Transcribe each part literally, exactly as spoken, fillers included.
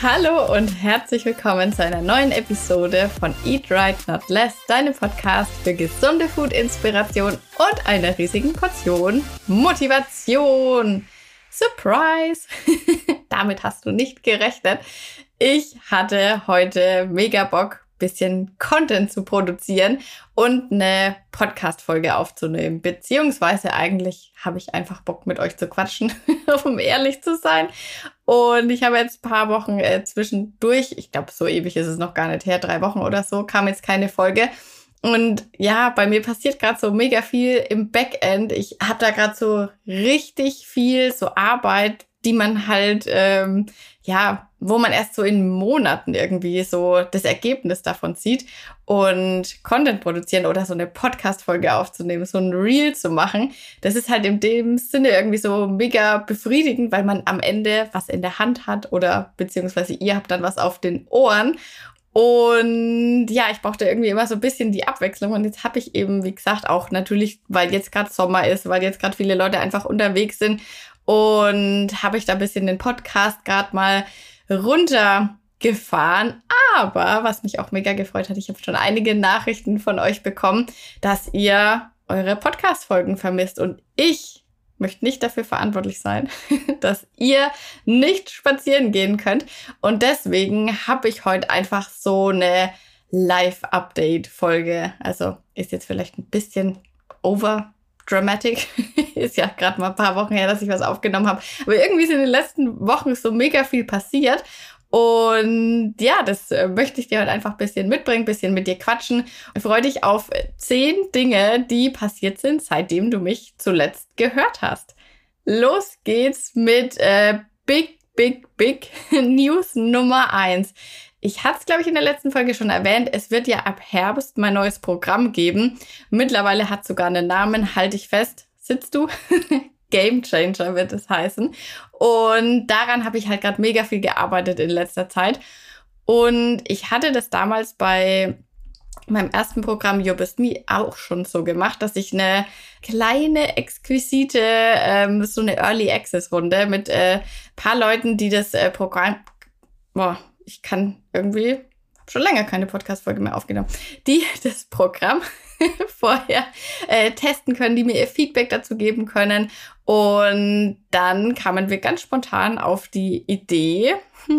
Hallo und herzlich willkommen zu einer neuen Episode von Eat Right Not Less, deinem Podcast für gesunde Food-Inspiration und einer riesigen Portion Motivation. Surprise! Damit hast du nicht gerechnet. Ich hatte heute mega Bock, bisschen Content zu produzieren und eine Podcast-Folge aufzunehmen. Beziehungsweise eigentlich habe ich einfach Bock, mit euch zu quatschen, um ehrlich zu sein. Und ich habe jetzt ein paar Wochen äh, zwischendurch, ich glaube, so ewig ist es noch gar nicht her, drei Wochen oder so, kam jetzt keine Folge. Und ja, bei mir passiert gerade so mega viel im Backend. Ich habe da gerade so richtig viel so Arbeit, die man halt, ähm, ja, wo man erst so in Monaten irgendwie so das Ergebnis davon sieht. Und Content produzieren oder so eine Podcast-Folge aufzunehmen, so ein Reel zu machen, das ist halt in dem Sinne irgendwie so mega befriedigend, weil man am Ende was in der Hand hat oder beziehungsweise ihr habt dann was auf den Ohren. Und ja, ich brauchte irgendwie immer so ein bisschen die Abwechslung. Und jetzt habe ich eben, wie gesagt, auch natürlich, weil jetzt gerade Sommer ist, weil jetzt gerade viele Leute einfach unterwegs sind, und habe ich da ein bisschen den Podcast gerade mal runtergefahren. Aber was mich auch mega gefreut hat, ich habe schon einige Nachrichten von euch bekommen, dass ihr eure Podcast-Folgen vermisst. Und ich möchte nicht dafür verantwortlich sein, dass ihr nicht spazieren gehen könnt. Und deswegen habe ich heute einfach so eine Live-Update-Folge. Also ist jetzt vielleicht ein bisschen over dramatic. Ist ja gerade mal ein paar Wochen her, dass ich was aufgenommen habe. Aber irgendwie ist in den letzten Wochen so mega viel passiert. Und ja, das äh, möchte ich dir heute einfach ein bisschen mitbringen, ein bisschen mit dir quatschen. Ich freue dich auf zehn Dinge, die passiert sind, seitdem du mich zuletzt gehört hast. Los geht's mit äh, Big, Big, Big News Nummer eins. Ich hatte es, glaube ich, in der letzten Folge schon erwähnt. Es wird ja ab Herbst mein neues Programm geben. Mittlerweile hat es sogar einen Namen. Halte ich fest. Sitzt du? Game Changer wird es heißen. Und daran habe ich halt gerade mega viel gearbeitet in letzter Zeit. Und ich hatte das damals bei meinem ersten Programm You Best Me auch schon so gemacht, dass ich eine kleine, exquisite, ähm, so eine Early Access Runde mit äh, paar Leuten, die das äh, Programm... Boah, ich kann irgendwie, habe schon länger keine Podcast-Folge mehr aufgenommen, die das Programm vorher äh, testen können, die mir ihr Feedback dazu geben können. Und dann kamen wir ganz spontan auf die Idee,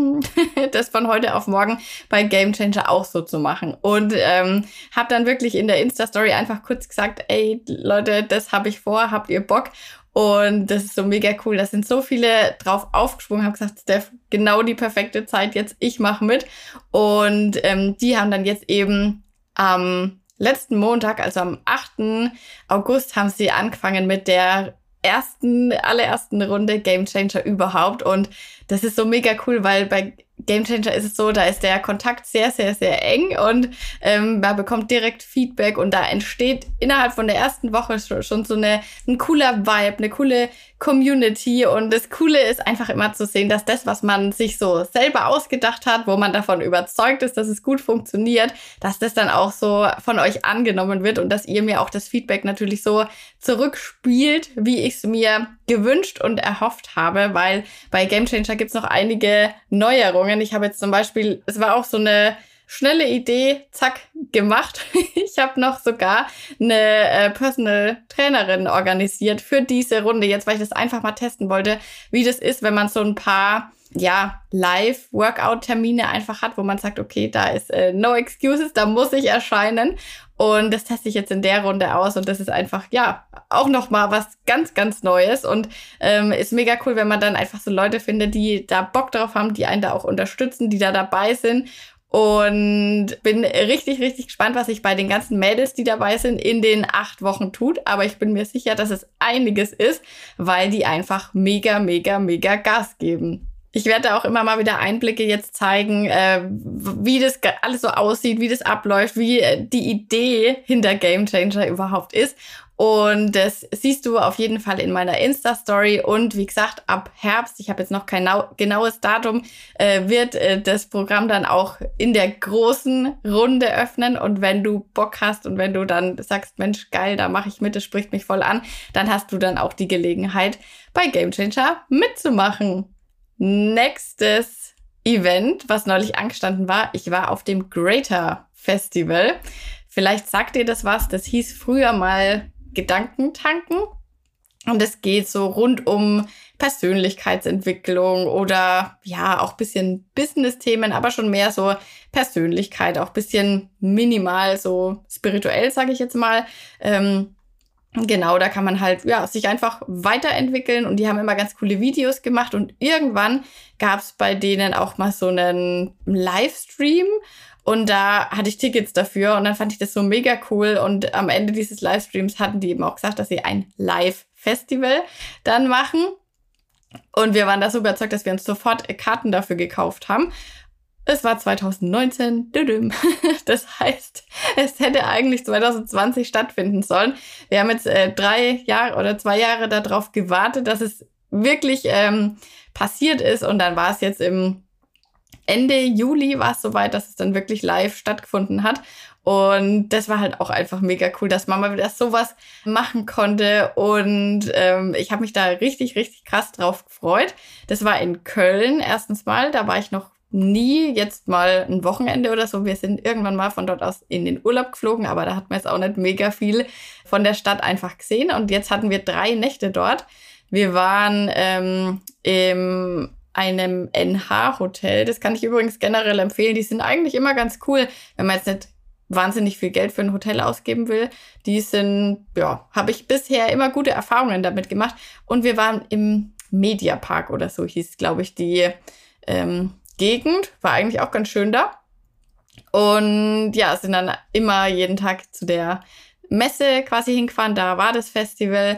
das von heute auf morgen bei Game Changer auch so zu machen. Und ähm, habe dann wirklich in der Insta-Story einfach kurz gesagt, ey Leute, das habe ich vor, habt ihr Bock? Und das ist so mega cool. Da sind so viele drauf aufgesprungen, haben gesagt, Steph, genau die perfekte Zeit jetzt, ich mache mit. Und ähm, die haben dann jetzt eben am letzten Montag, also am achten August, haben sie angefangen mit der ersten, allerersten Runde Game Changer überhaupt. Und das ist so mega cool, weil bei Game Changer ist es so, da ist der Kontakt sehr, sehr, sehr eng und ähm, man bekommt direkt Feedback und da entsteht innerhalb von der ersten Woche schon so eine, ein cooler Vibe, eine coole Community. Und das Coole ist einfach immer zu sehen, dass das, was man sich so selber ausgedacht hat, wo man davon überzeugt ist, dass es gut funktioniert, dass das dann auch so von euch angenommen wird und dass ihr mir auch das Feedback natürlich so zurückspielt, wie ich es mir gewünscht und erhofft habe, weil bei Game Changer gibt es noch einige Neuerungen. Ich habe jetzt zum Beispiel, es war auch so eine schnelle Idee, zack, gemacht. Ich habe noch sogar eine äh, Personal Trainerin organisiert für diese Runde, jetzt weil ich das einfach mal testen wollte, wie das ist, wenn man so ein paar ja, Live-Workout-Termine einfach hat, wo man sagt, okay, da ist äh, no excuses, da muss ich erscheinen. Und das teste ich jetzt in der Runde aus und das ist einfach, ja, auch nochmal was ganz, ganz Neues und ähm, ist mega cool, wenn man dann einfach so Leute findet, die da Bock drauf haben, die einen da auch unterstützen, die da dabei sind. Und bin richtig, richtig gespannt, was sich bei den ganzen Mädels, die dabei sind, in den acht Wochen tut. Aber ich bin mir sicher, dass es einiges ist, weil die einfach mega, mega, mega Gas geben. Ich werde auch immer mal wieder Einblicke jetzt zeigen, äh, wie das alles so aussieht, wie das abläuft, wie äh, die Idee hinter Game Changer überhaupt ist. Und das siehst du auf jeden Fall in meiner Insta-Story. Und wie gesagt, ab Herbst, ich habe jetzt noch kein genaues Datum, äh, wird äh, das Programm dann auch in der großen Runde öffnen. Und wenn du Bock hast und wenn du dann sagst, Mensch, geil, da mache ich mit, das spricht mich voll an, dann hast du dann auch die Gelegenheit, bei Game Changer mitzumachen. Nächstes Event, was neulich angestanden war. Ich war auf dem Greater Festival. Vielleicht sagt ihr das was. Das hieß früher mal Gedankentanken. Und es geht so rund um Persönlichkeitsentwicklung oder ja, auch ein bisschen Business-Themen, aber schon mehr so Persönlichkeit, auch ein bisschen minimal so spirituell, sage ich jetzt mal. Ähm, genau, da kann man halt ja sich einfach weiterentwickeln und die haben immer ganz coole Videos gemacht und irgendwann gab es bei denen auch mal so einen Livestream. Und da hatte ich Tickets dafür und dann fand ich das so mega cool. Und am Ende dieses Livestreams hatten die eben auch gesagt, dass sie ein Live-Festival dann machen. Und wir waren da so überzeugt, dass wir uns sofort Karten dafür gekauft haben. Es war zwanzig neunzehn. Das heißt, es hätte eigentlich zwanzig zwanzig stattfinden sollen. Wir haben jetzt äh, drei Jahre oder zwei Jahre darauf gewartet, dass es wirklich ähm, passiert ist. Und dann war es jetzt im Ende Juli war es soweit, dass es dann wirklich live stattgefunden hat. Und das war halt auch einfach mega cool, dass man mal wieder sowas machen konnte. Und ähm, ich habe mich da richtig, richtig krass drauf gefreut. Das war in Köln erstens mal. Da war ich noch nie, jetzt mal ein Wochenende oder so. Wir sind irgendwann mal von dort aus in den Urlaub geflogen, aber da hat man jetzt auch nicht mega viel von der Stadt einfach gesehen. Und jetzt hatten wir drei Nächte dort. Wir waren ähm, im einem N H-Hotel. Das kann ich übrigens generell empfehlen. Die sind eigentlich immer ganz cool, wenn man jetzt nicht wahnsinnig viel Geld für ein Hotel ausgeben will. Die sind, ja, habe ich bisher immer gute Erfahrungen damit gemacht. Und wir waren im Mediapark oder so hieß, glaube ich, die ähm, Gegend. War eigentlich auch ganz schön da. Und ja, sind dann immer jeden Tag zu der Messe quasi hingefahren. Da war das Festival.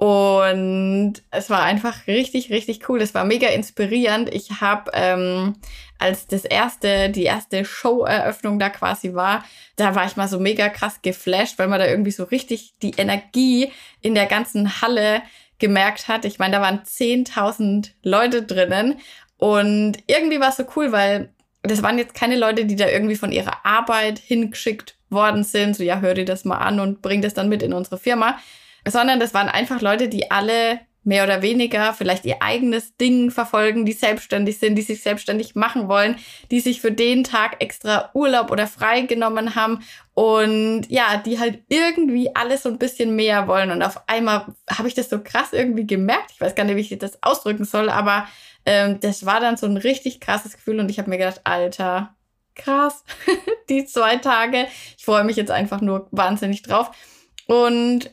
Und es war einfach richtig, richtig cool. Es war mega inspirierend. Ich habe, ähm, als das erste, die erste Show-Eröffnung da quasi war, da war ich mal so mega krass geflasht, weil man da irgendwie so richtig die Energie in der ganzen Halle gemerkt hat. Ich meine, da waren zehntausend Leute drinnen und irgendwie war es so cool, weil das waren jetzt keine Leute, die da irgendwie von ihrer Arbeit hingeschickt worden sind. So, ja, hör dir das mal an und bring das dann mit in unsere Firma. Sondern das waren einfach Leute, die alle mehr oder weniger vielleicht ihr eigenes Ding verfolgen, die selbstständig sind, die sich selbstständig machen wollen, die sich für den Tag extra Urlaub oder frei genommen haben und ja, die halt irgendwie alles so ein bisschen mehr wollen. Und auf einmal habe ich das so krass irgendwie gemerkt. Ich weiß gar nicht, wie ich das ausdrücken soll, aber ähm, das war dann so ein richtig krasses Gefühl und ich habe mir gedacht, Alter, krass, die zwei Tage. Ich freue mich jetzt einfach nur wahnsinnig drauf. Und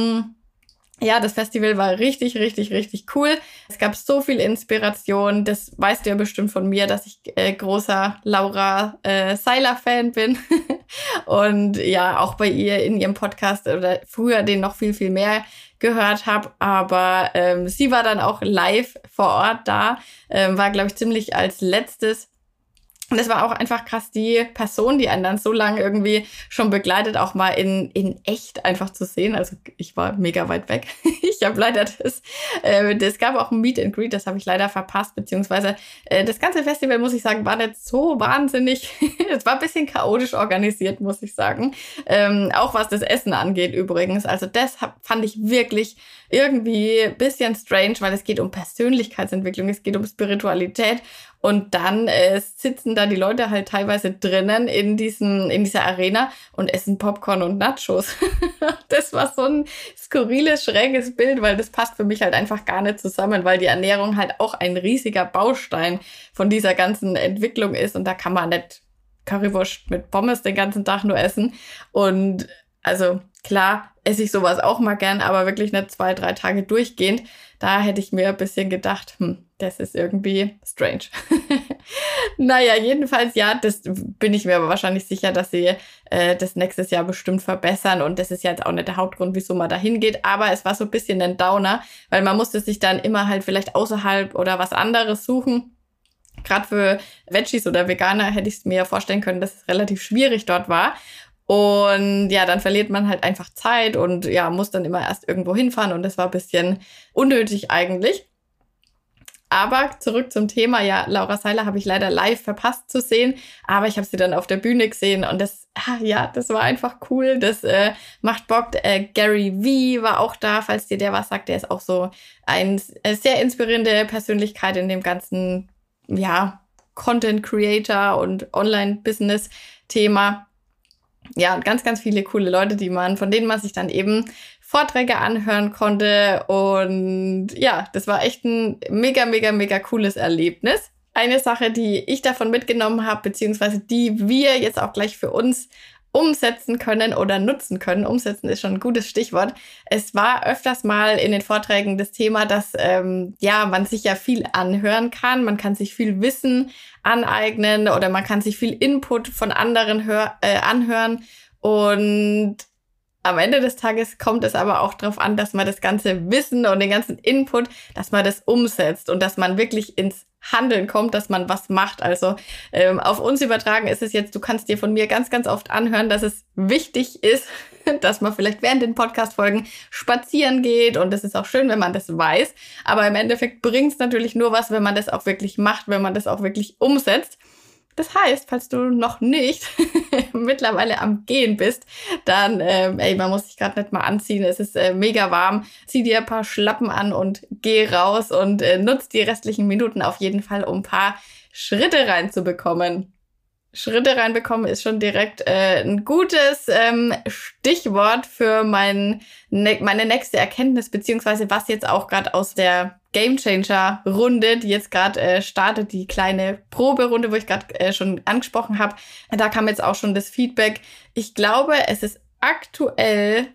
ja, das Festival war richtig, richtig, richtig cool. Es gab so viel Inspiration. Das weißt du ja bestimmt von mir, dass ich äh, großer Laura äh, Seiler-Fan bin. Und ja, auch bei ihr in ihrem Podcast oder früher den noch viel, viel mehr gehört habe. Aber ähm, sie war dann auch live vor Ort da. Ähm, war, glaube ich, ziemlich als letztes. Und es war auch einfach krass, die Person, die einen dann so lange irgendwie schon begleitet, auch mal in in echt einfach zu sehen. Also ich war mega weit weg. Ich habe leider das, äh, das gab auch ein Meet and Greet, das habe ich leider verpasst, beziehungsweise äh, das ganze Festival, muss ich sagen, war nicht so wahnsinnig. Es war ein bisschen chaotisch organisiert, muss ich sagen. Ähm, auch was das Essen angeht übrigens. Also das hab, fand ich wirklich irgendwie ein bisschen strange, weil es geht um Persönlichkeitsentwicklung, es geht um Spiritualität. Und dann äh, sitzen da die Leute halt teilweise drinnen in diesem, in dieser Arena und essen Popcorn und Nachos. Das war so ein skurriles, schräges Bild, weil das passt für mich halt einfach gar nicht zusammen, weil die Ernährung halt auch ein riesiger Baustein von dieser ganzen Entwicklung ist. Und da kann man nicht Currywurst mit Pommes den ganzen Tag nur essen. Und also klar esse ich sowas auch mal gern, aber wirklich nicht zwei, drei Tage durchgehend. Da hätte ich mir ein bisschen gedacht, hm, das ist irgendwie strange. Naja, jedenfalls, ja, das bin ich mir aber wahrscheinlich sicher, dass sie äh, das nächstes Jahr bestimmt verbessern. Und das ist ja jetzt auch nicht der Hauptgrund, wieso man da hingeht. Aber es war so ein bisschen ein Downer, weil man musste sich dann immer halt vielleicht außerhalb oder was anderes suchen. Gerade für Veggies oder Veganer hätte ich es mir ja vorstellen können, dass es relativ schwierig dort war. Und ja, dann verliert man halt einfach Zeit und ja, muss dann immer erst irgendwo hinfahren und das war ein bisschen unnötig eigentlich. Aber zurück zum Thema, ja, Laura Seiler habe ich leider live verpasst zu sehen, aber ich habe sie dann auf der Bühne gesehen und das, ah, ja, das war einfach cool, das äh, macht Bock. Äh, Gary Vee war auch da, falls dir der was sagt, der ist auch so eine sehr inspirierende Persönlichkeit in dem ganzen, ja, Content Creator und Online-Business-Thema. Ja, und ganz, ganz viele coole Leute, die man, von denen man sich dann eben Vorträge anhören konnte. Und ja, das war echt ein mega, mega, mega cooles Erlebnis. Eine Sache, die ich davon mitgenommen habe, beziehungsweise die wir jetzt auch gleich für uns umsetzen können oder nutzen können. Umsetzen ist schon ein gutes Stichwort. Es war öfters mal in den Vorträgen das Thema, dass ähm, ja man sich ja viel anhören kann. Man kann sich viel Wissen aneignen oder man kann sich viel Input von anderen hör, äh, anhören. Und am Ende des Tages kommt es aber auch darauf an, dass man das ganze Wissen und den ganzen Input, dass man das umsetzt und dass man wirklich ins Handeln kommt, dass man was macht. Also ähm, auf uns übertragen ist es jetzt, du kannst dir von mir ganz, ganz oft anhören, dass es wichtig ist, dass man vielleicht während den Podcast-Folgen spazieren geht. Und das ist auch schön, wenn man das weiß. Aber im Endeffekt bringt es natürlich nur was, wenn man das auch wirklich macht, wenn man das auch wirklich umsetzt. Das heißt, falls du noch nicht mittlerweile am Gehen bist, dann, ähm, ey, man muss sich gerade nicht mal anziehen, es ist äh, mega warm, zieh dir ein paar Schlappen an und geh raus und äh, nutz die restlichen Minuten auf jeden Fall, um ein paar Schritte reinzubekommen. Schritte reinbekommen ist schon direkt äh, ein gutes ähm, Stichwort für mein, ne, meine nächste Erkenntnis, beziehungsweise was jetzt auch gerade aus der Gamechanger-Runde, die jetzt gerade äh, startet, die kleine Proberunde, wo ich gerade äh, schon angesprochen habe, da kam jetzt auch schon das Feedback. Ich glaube, es ist aktuell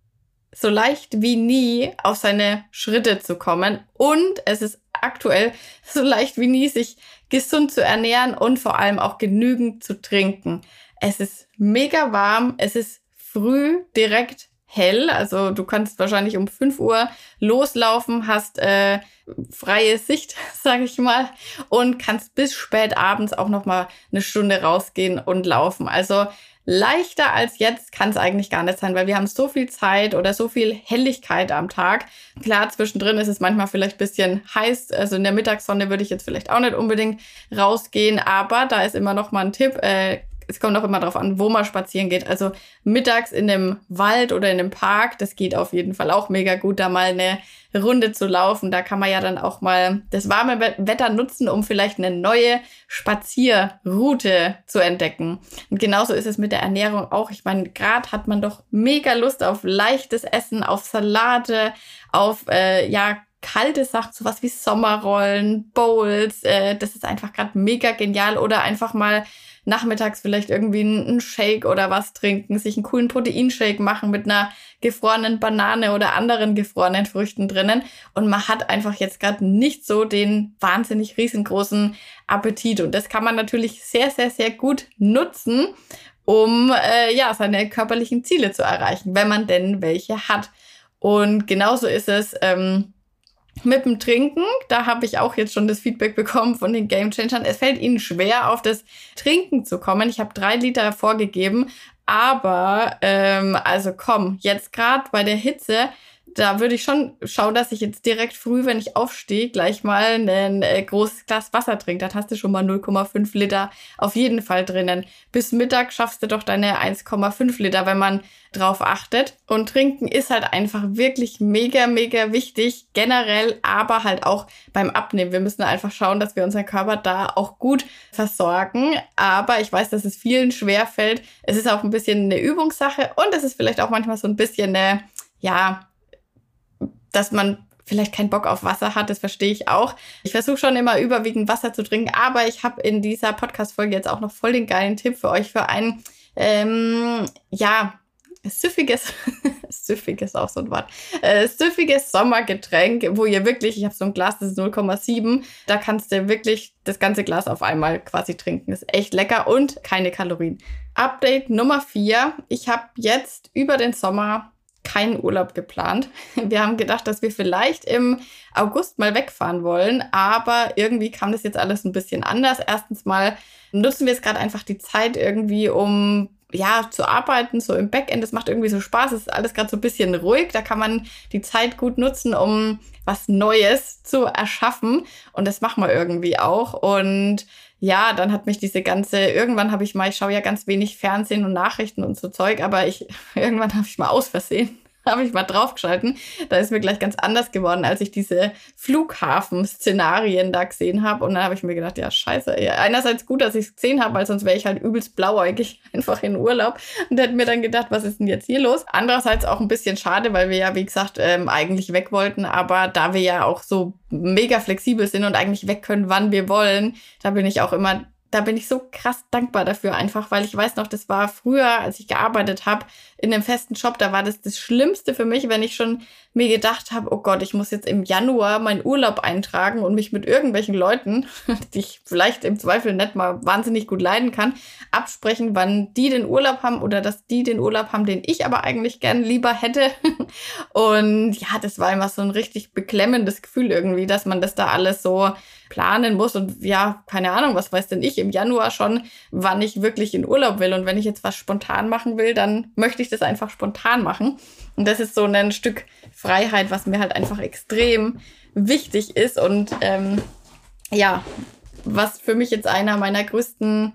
so leicht wie nie, auf seine Schritte zu kommen. Und es ist aktuell so leicht wie nie, sich gesund zu ernähren und vor allem auch genügend zu trinken. Es ist mega warm, es ist früh direkt hell, also du kannst wahrscheinlich um fünf Uhr loslaufen, hast äh, freie Sicht, sage ich mal, und kannst bis spät abends auch noch mal eine Stunde rausgehen und laufen. Also leichter als jetzt kann es eigentlich gar nicht sein, weil wir haben so viel Zeit oder so viel Helligkeit am Tag. Klar, zwischendrin ist es manchmal vielleicht ein bisschen heiß, also in der Mittagssonne würde ich jetzt vielleicht auch nicht unbedingt rausgehen, aber da ist immer noch mal ein Tipp, äh, es kommt auch immer darauf an, wo man spazieren geht. Also mittags in einem Wald oder in einem Park, das geht auf jeden Fall auch mega gut, da mal eine Runde zu laufen. Da kann man ja dann auch mal das warme Wetter nutzen, um vielleicht eine neue Spazierroute zu entdecken. Und genauso ist es mit der Ernährung auch. Ich meine, gerade hat man doch mega Lust auf leichtes Essen, auf Salate, auf äh, ja kalte Sachen, sowas wie Sommerrollen, Bowls. Äh, das ist einfach gerade mega genial. Oder einfach mal nachmittags vielleicht irgendwie einen Shake oder was trinken, sich einen coolen Proteinshake machen mit einer gefrorenen Banane oder anderen gefrorenen Früchten drinnen. Und man hat einfach jetzt gerade nicht so den wahnsinnig riesengroßen Appetit. Und das kann man natürlich sehr, sehr, sehr gut nutzen, um äh, ja seine körperlichen Ziele zu erreichen, wenn man denn welche hat. Und genauso ist es ähm, mit dem Trinken, da habe ich auch jetzt schon das Feedback bekommen von den Gamechangern. Es fällt ihnen schwer, auf das Trinken zu kommen. Ich habe drei Liter vorgegeben, aber ähm, also komm, jetzt gerade bei der Hitze, da würde ich schon schauen, dass ich jetzt direkt früh, wenn ich aufstehe, gleich mal ein äh, großes Glas Wasser trinke. Da hast du schon mal null Komma fünf Liter auf jeden Fall drinnen. Bis Mittag schaffst du doch deine eins Komma fünf Liter, wenn man drauf achtet. Und trinken ist halt einfach wirklich mega, mega wichtig, generell, aber halt auch beim Abnehmen. Wir müssen einfach schauen, dass wir unseren Körper da auch gut versorgen. Aber ich weiß, dass es vielen schwerfällt. Es ist auch ein bisschen eine Übungssache und es ist vielleicht auch manchmal so ein bisschen eine, ja, dass man vielleicht keinen Bock auf Wasser hat, das verstehe ich auch. Ich versuche schon immer überwiegend Wasser zu trinken, aber ich habe in dieser Podcast-Folge jetzt auch noch voll den geilen Tipp für euch für ein, ähm, ja, süffiges, süffig ist auch so ein Wort, äh, süffiges Sommergetränk, wo ihr wirklich, ich habe so ein Glas, das ist null Komma sieben, da kannst du wirklich das ganze Glas auf einmal quasi trinken. Ist echt lecker und keine Kalorien. Update Nummer vier. Ich habe jetzt über den Sommer keinen Urlaub geplant. Wir haben gedacht, dass wir vielleicht im August mal wegfahren wollen, aber irgendwie kam das jetzt alles ein bisschen anders. Erstens mal nutzen wir jetzt gerade einfach die Zeit irgendwie, um ja zu arbeiten, so im Backend. Das macht irgendwie so Spaß. Es ist alles gerade so ein bisschen ruhig. Da kann man die Zeit gut nutzen, um was Neues zu erschaffen. Und das machen wir irgendwie auch. Und ja, dann hat mich diese ganze, irgendwann habe ich mal, ich schaue ja ganz wenig Fernsehen und Nachrichten und so Zeug, aber ich, irgendwann habe ich mal aus Versehen, habe ich mal draufgeschalten. Da ist mir gleich ganz anders geworden, als ich diese Flughafen-Szenarien da gesehen habe. Und dann habe ich mir gedacht, ja, scheiße. Ja, einerseits gut, dass ich es gesehen habe, weil sonst wäre ich halt übelst blauäugig einfach in Urlaub und hätte mir dann gedacht, was ist denn jetzt hier los? Andererseits auch ein bisschen schade, weil wir ja, wie gesagt, ähm, eigentlich weg wollten. Aber da wir ja auch so mega flexibel sind und eigentlich weg können, wann wir wollen, da bin ich auch immer Da bin ich so krass dankbar dafür einfach, weil ich weiß noch, das war früher, als ich gearbeitet habe, in einem festen Job, da war das das Schlimmste für mich, wenn ich schon mir gedacht habe, oh Gott, ich muss jetzt im Januar meinen Urlaub eintragen und mich mit irgendwelchen Leuten, die ich vielleicht im Zweifel nicht mal wahnsinnig gut leiden kann, absprechen, wann die den Urlaub haben oder dass die den Urlaub haben, den ich aber eigentlich gern lieber hätte. Und ja, das war immer so ein richtig beklemmendes Gefühl irgendwie, dass man das da alles so planen muss und ja, keine Ahnung, was weiß denn ich im Januar schon, wann ich wirklich in Urlaub will und wenn ich jetzt was spontan machen will, dann möchte ich das einfach spontan machen und das ist so ein Stück Freiheit, was mir halt einfach extrem wichtig ist und ähm, ja, was für mich jetzt einer meiner größten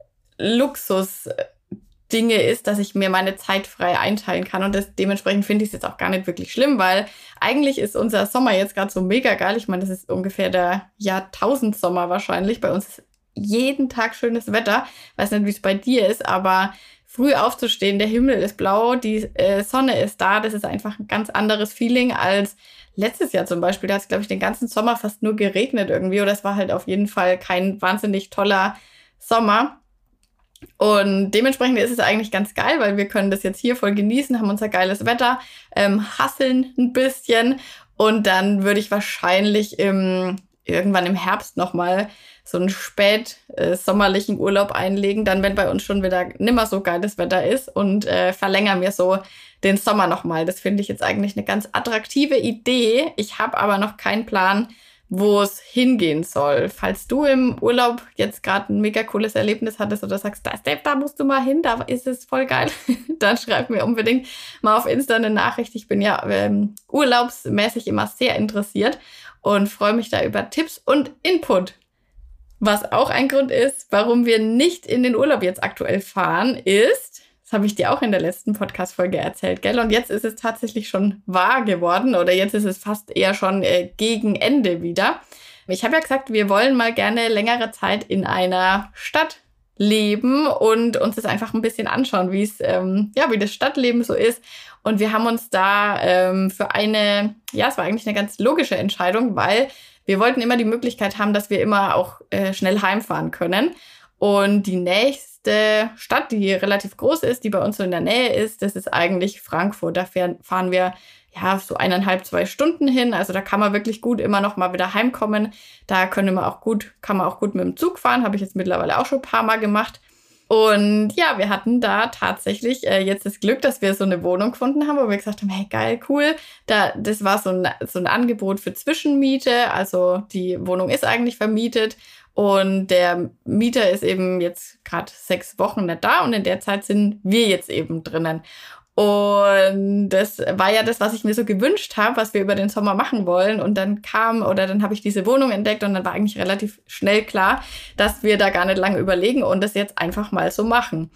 Luxus Dinge ist, dass ich mir meine Zeit frei einteilen kann und das, dementsprechend finde ich es jetzt auch gar nicht wirklich schlimm, weil eigentlich ist unser Sommer jetzt gerade so mega geil. Ich meine, das ist ungefähr der Jahrtausendsommer wahrscheinlich. Bei uns ist jeden Tag schönes Wetter. Weiß nicht, wie es bei dir ist, aber früh aufzustehen, der Himmel ist blau, die äh, Sonne ist da. Das ist einfach ein ganz anderes Feeling als letztes Jahr zum Beispiel. Da hat es, glaube ich, den ganzen Sommer fast nur geregnet irgendwie oder es war halt auf jeden Fall kein wahnsinnig toller Sommer. Und dementsprechend ist es eigentlich ganz geil, weil wir können das jetzt hier voll genießen, haben unser geiles Wetter, ähm, hasseln ein bisschen und dann würde ich wahrscheinlich im, irgendwann im Herbst nochmal so einen spät äh, sommerlichen Urlaub einlegen, dann wenn bei uns schon wieder nimmer so geiles Wetter ist und äh, verlängern wir so den Sommer nochmal. Das finde ich jetzt eigentlich eine ganz attraktive Idee. Ich habe aber noch keinen Plan, wo es hingehen soll. Falls du im Urlaub jetzt gerade ein mega cooles Erlebnis hattest oder sagst, da, Steph, da musst du mal hin, da ist es voll geil, dann schreib mir unbedingt mal auf Insta eine Nachricht. Ich bin ja ähm, urlaubsmäßig immer sehr interessiert und freue mich da über Tipps und Input. Was auch ein Grund ist, warum wir nicht in den Urlaub jetzt aktuell fahren, ist, das habe ich dir auch in der letzten Podcast-Folge erzählt, gell? Und jetzt ist es tatsächlich schon wahr geworden oder jetzt ist es fast eher schon äh, gegen Ende wieder. Ich habe ja gesagt, wir wollen mal gerne längere Zeit in einer Stadt leben und uns das einfach ein bisschen anschauen, wie es ähm, ja wie das Stadtleben so ist. Und wir haben uns da ähm, für eine, ja, es war eigentlich eine ganz logische Entscheidung, weil wir wollten immer die Möglichkeit haben, dass wir immer auch äh, schnell heimfahren können. Und die nächste Stadt, die relativ groß ist, die bei uns so in der Nähe ist, das ist eigentlich Frankfurt. Da fahren wir ja so eineinhalb, zwei Stunden hin. Also da kann man wirklich gut immer noch mal wieder heimkommen. Da können wir auch gut, kann man auch gut mit dem Zug fahren. Habe ich jetzt mittlerweile auch schon ein paar Mal gemacht. Und ja, wir hatten da tatsächlich äh, jetzt das Glück, dass wir so eine Wohnung gefunden haben, wo wir gesagt haben, hey, geil, cool. Da, das war so ein, so ein Angebot für Zwischenmiete. Also die Wohnung ist eigentlich vermietet. Und der Mieter ist eben jetzt gerade sechs Wochen nicht da und in der Zeit sind wir jetzt eben drinnen. Und das war ja das, was ich mir so gewünscht habe, was wir über den Sommer machen wollen. Und dann kam oder dann habe ich diese Wohnung entdeckt und dann war eigentlich relativ schnell klar, dass wir da gar nicht lange überlegen und das jetzt einfach mal so machen.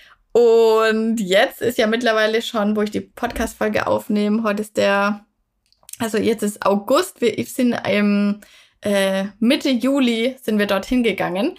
Und jetzt ist ja mittlerweile schon, wo ich die Podcast-Folge aufnehme, heute ist der, also jetzt ist August, wir sind im Äh, Mitte Juli sind wir dorthin gegangen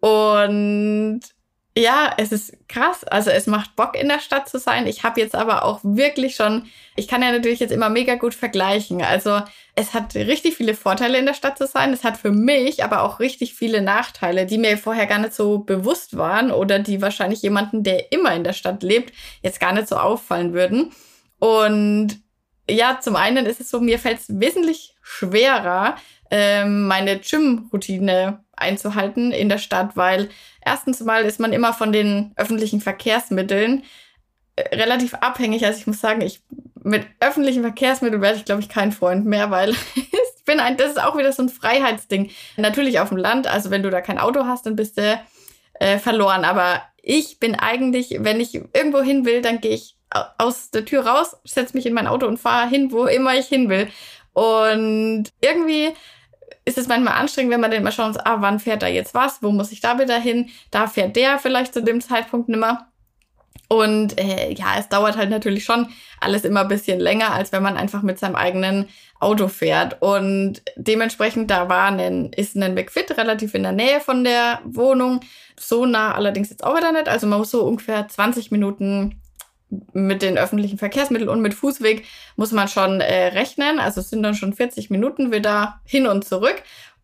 und ja, es ist krass, also es macht Bock in der Stadt zu sein. Ich habe jetzt aber auch wirklich schon, ich kann ja natürlich jetzt immer mega gut vergleichen, also es hat richtig viele Vorteile in der Stadt zu sein, es hat für mich aber auch richtig viele Nachteile, die mir vorher gar nicht so bewusst waren oder die wahrscheinlich jemanden, der immer in der Stadt lebt, jetzt gar nicht so auffallen würden. Und ja, zum einen ist es so, mir fällt es wesentlich schwerer, meine Gym-Routine einzuhalten in der Stadt, weil erstens mal ist man immer von den öffentlichen Verkehrsmitteln relativ abhängig. Also ich muss sagen, ich mit öffentlichen Verkehrsmitteln werde ich, glaube ich, kein Freund mehr, weil ich bin ein, das ist auch wieder so ein Freiheitsding. Natürlich auf dem Land, also wenn du da kein Auto hast, dann bist du äh, verloren. Aber ich bin eigentlich, wenn ich irgendwo hin will, dann gehe ich aus der Tür raus, setze mich in mein Auto und fahre hin, wo immer ich hin will. Und irgendwie ist es manchmal anstrengend, wenn man dann mal schauen muss, ah, wann fährt da jetzt was, wo muss ich da wieder hin, da fährt der vielleicht zu dem Zeitpunkt nimmer. Und äh, ja, es dauert halt natürlich schon alles immer ein bisschen länger, als wenn man einfach mit seinem eigenen Auto fährt. Und dementsprechend, da war ein, ist ein McFit relativ in der Nähe von der Wohnung. So nah allerdings jetzt auch wieder nicht. Also man muss so ungefähr zwanzig Minuten mit den öffentlichen Verkehrsmitteln und mit Fußweg muss man schon äh, rechnen. Also es sind dann schon vierzig Minuten wieder hin und zurück.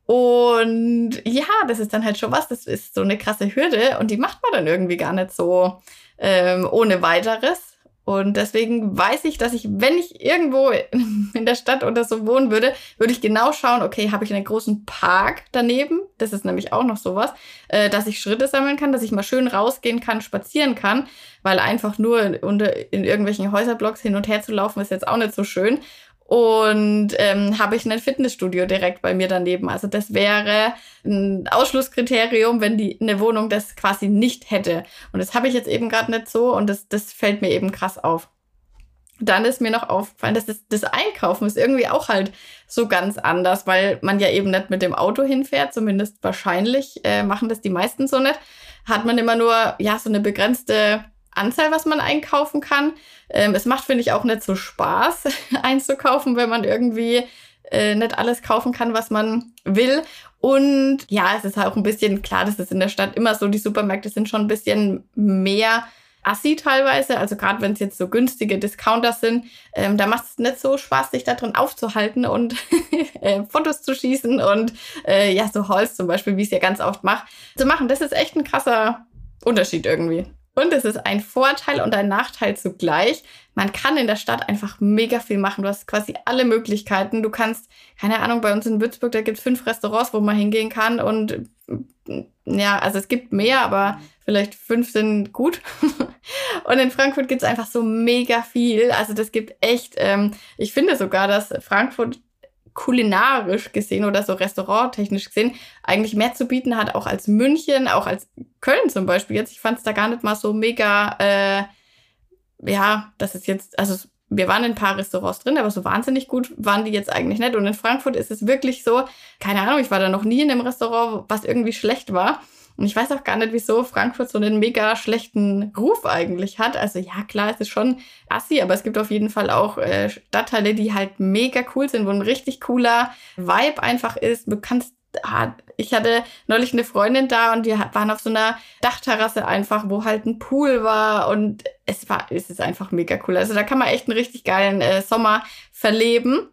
Und ja, das ist dann halt schon was. Das ist so eine krasse Hürde und die macht man dann irgendwie gar nicht so ähm, ohne weiteres. Und deswegen weiß ich, dass ich, wenn ich irgendwo in der Stadt oder so wohnen würde, würde ich genau schauen, okay, habe ich einen großen Park daneben? Das ist nämlich auch noch sowas, äh, dass ich Schritte sammeln kann, dass ich mal schön rausgehen kann, spazieren kann, weil einfach nur in, in irgendwelchen Häuserblocks hin und her zu laufen, ist jetzt auch nicht so schön. Und ähm, habe ich ein Fitnessstudio direkt bei mir daneben. Also das wäre ein Ausschlusskriterium, wenn die eine Wohnung das quasi nicht hätte. Und das habe ich jetzt eben gerade nicht so und das, das fällt mir eben krass auf. Dann ist mir noch aufgefallen, dass das, das Einkaufen ist irgendwie auch halt so ganz anders, weil man ja eben nicht mit dem Auto hinfährt, zumindest wahrscheinlich äh, machen das die meisten so nicht. Hat man immer nur ja so eine begrenzte Anzahl, was man einkaufen kann. Ähm, es macht, finde ich, auch nicht so Spaß, einzukaufen, wenn man irgendwie äh, nicht alles kaufen kann, was man will. Und ja, es ist halt auch ein bisschen, klar, das ist in der Stadt immer so, die Supermärkte sind schon ein bisschen mehr assi teilweise. Also gerade wenn es jetzt so günstige Discounter sind, ähm, da macht es nicht so Spaß, sich da drin aufzuhalten und äh, Fotos zu schießen und äh, ja, so Hauls zum Beispiel, wie ich es ja ganz oft mache, zu machen. Das ist echt ein krasser Unterschied irgendwie. Und es ist ein Vorteil und ein Nachteil zugleich. Man kann in der Stadt einfach mega viel machen. Du hast quasi alle Möglichkeiten. Du kannst, keine Ahnung, bei uns in Würzburg, da gibt es fünf Restaurants, wo man hingehen kann. Und ja, also es gibt mehr, aber vielleicht fünf sind gut. Und in Frankfurt gibt es einfach so mega viel. Also das gibt echt, ähm, ich finde sogar, dass Frankfurt kulinarisch gesehen oder so restauranttechnisch gesehen eigentlich mehr zu bieten hat, auch als München, auch als Köln zum Beispiel jetzt. Ich fand es da gar nicht mal so mega, äh, ja, das ist jetzt, also wir waren in ein paar Restaurants drin, aber so wahnsinnig gut waren die jetzt eigentlich nicht. Und in Frankfurt ist es wirklich so, keine Ahnung, ich war da noch nie in einem Restaurant, was irgendwie schlecht war. Und ich weiß auch gar nicht, wieso Frankfurt so einen mega schlechten Ruf eigentlich hat. Also ja, klar, es ist schon assi, aber es gibt auf jeden Fall auch äh, Stadtteile, die halt mega cool sind, wo ein richtig cooler Vibe einfach ist. Du kannst, ah, ich hatte neulich eine Freundin da und wir waren auf so einer Dachterrasse einfach, wo halt ein Pool war und es war, es ist einfach mega cool. Also da kann man echt einen richtig geilen äh, Sommer verleben.